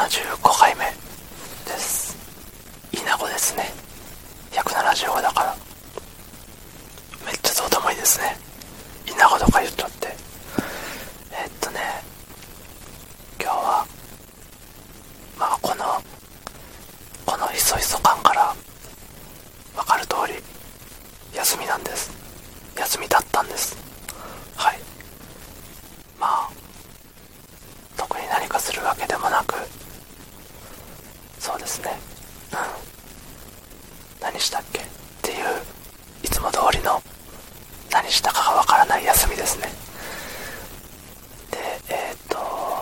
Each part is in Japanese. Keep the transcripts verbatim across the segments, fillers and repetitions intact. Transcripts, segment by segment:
じゅうごかいめです。イナゴですね。ひゃくななじゅうごだからめっちゃどうでもいいですね。イナゴとか言っちゃって。えっとね今日はまあこのこのひそひそ感からわかる通り休みなんです。休みだったんです。はい。まあ特に何かするわけでもなく、そうですね、うん、何したっけっていういつも通りの何したかがわからない休みですね。でえー、っと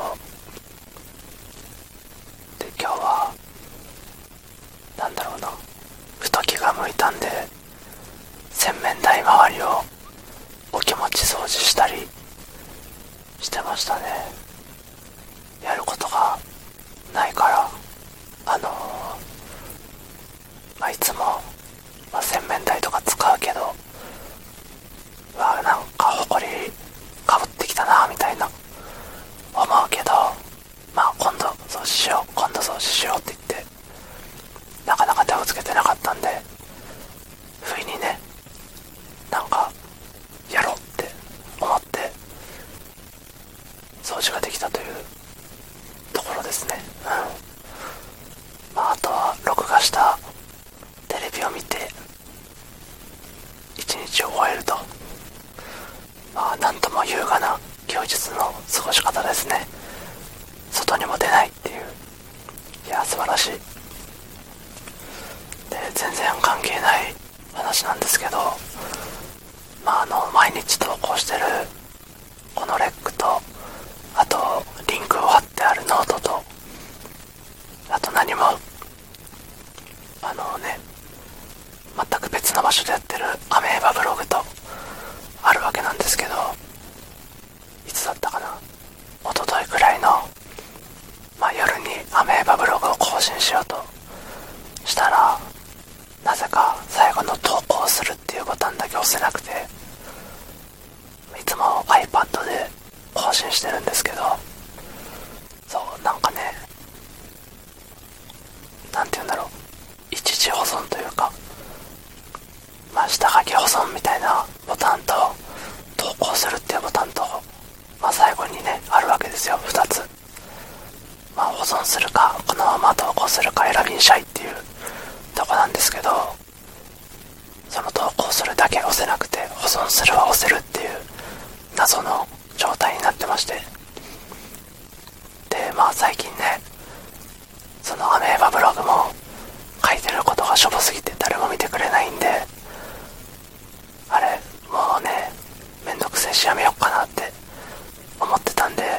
で今日はなんだろうな、ふと気が向いたんで洗面台周りをお気持ち掃除したりしてましたね。やることがないからあのー、まあいつも、まあ、洗面台とか使うけど、うわなんかほこりかぶってきたなみたいな思うけど、まあ今度掃除しよう今度掃除しようって言ってなかなか手をつけてなかったんで、不意にねなんかやろうって思って掃除ができたというところですね。うん。まああとは録画したテレビを見て一日を終えると、まあなんとも優雅な休日の過ごし方ですね。外にも出ないっていう、いや素晴らしい。で全然関係ない話なんですけど、まああの毎日投稿してるこのレックと、あとリンクを貼ってあるノートと、あと何もあのね全く別の場所でやってるアメーバブログとあるわけなんですけど、いつだったかな、一昨日くらいの、まあ、夜にアメーバブログを更新しようとしたら、なぜか最後の投稿するっていうボタンだけ押せなくて、いつも iPad で更新してるんですけど、そうなんかね、なんて言うんだろう、一時保存というか、まあ下書き保存みたいなボタンと投稿するっていうボタンと、まあ最後にねあるわけですよ、ふたつ。まあ保存するかこのまま投稿するか選びにしゃいっていうとこなんですけど、その投稿するだけ押せなくて、保存するは押せるっていう謎の状態になってまして、でまあ最近ねそのアメーバブログも書いてることがしょぼすぎて誰も見てくれないんで、あれもうねめんどくせえしやめようかなって思ってたんで、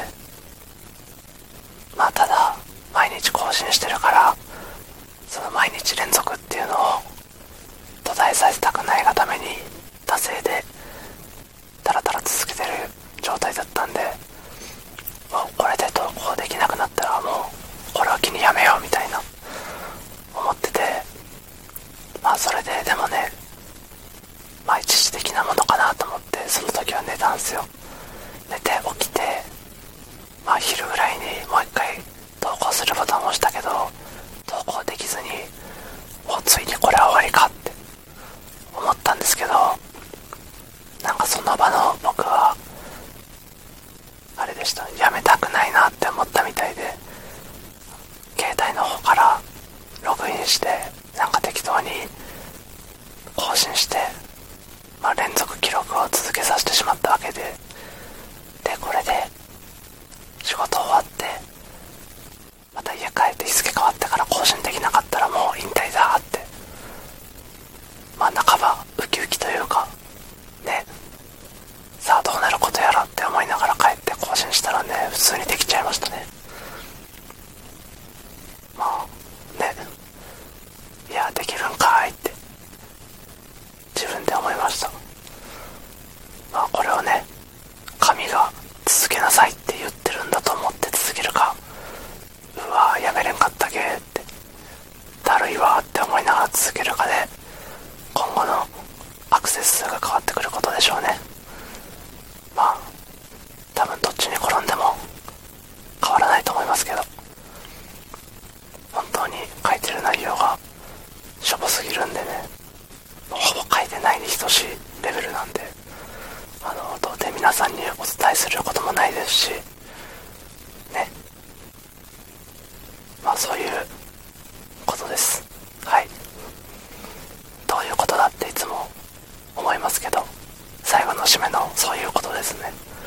まあただ毎日更新してるから、その毎日連続っていうのを途絶えさせたくないがために惰性でタラタラ続けてる状態だったんで、もうこれで投稿できなくなったらもうこれは気にやめようみたいな思ってて、まあそれででもね、まあ一時的なものかなと思ってその時は寝たんすよ。寝て起きて、まあ昼ぐらいにもう一回投稿するボタンを押したけど投稿できずに、おついにこれは終わりかって思ったんですけど、なんかその場の僕はあれでした、やめたくないなって思ったみたいで、携帯の方からログインしてなんか適当に更新して、まあ、連続記録を続けさせてしまったわけで、でこれで仕事終わってまた家帰って日付変わってから更新できなかったらもう引退だって、まあ半ばウキウキというかね、さあどうなることやらって思いながら帰って更新したらね、普通にできちゃいましたね。まあね、いやできるんかいって自分で思いました。まあこれをね神が続けなさいって言ってるんだと思って続けるか、うわーやめれんかったけってだるいわーって思いながら続けるかで、今後のアクセス数が変わってくることでしょうね。まあ多分どっちに転んでも変わらない内容がしょぼすぎるんでね、ほぼ書いてないに等しいレベルなんで、あの到底皆さんにお伝えすることもないですしね。まあそういうことです。はい。どういうことだっていつも思いますけど、最後の締めのそういうことですね。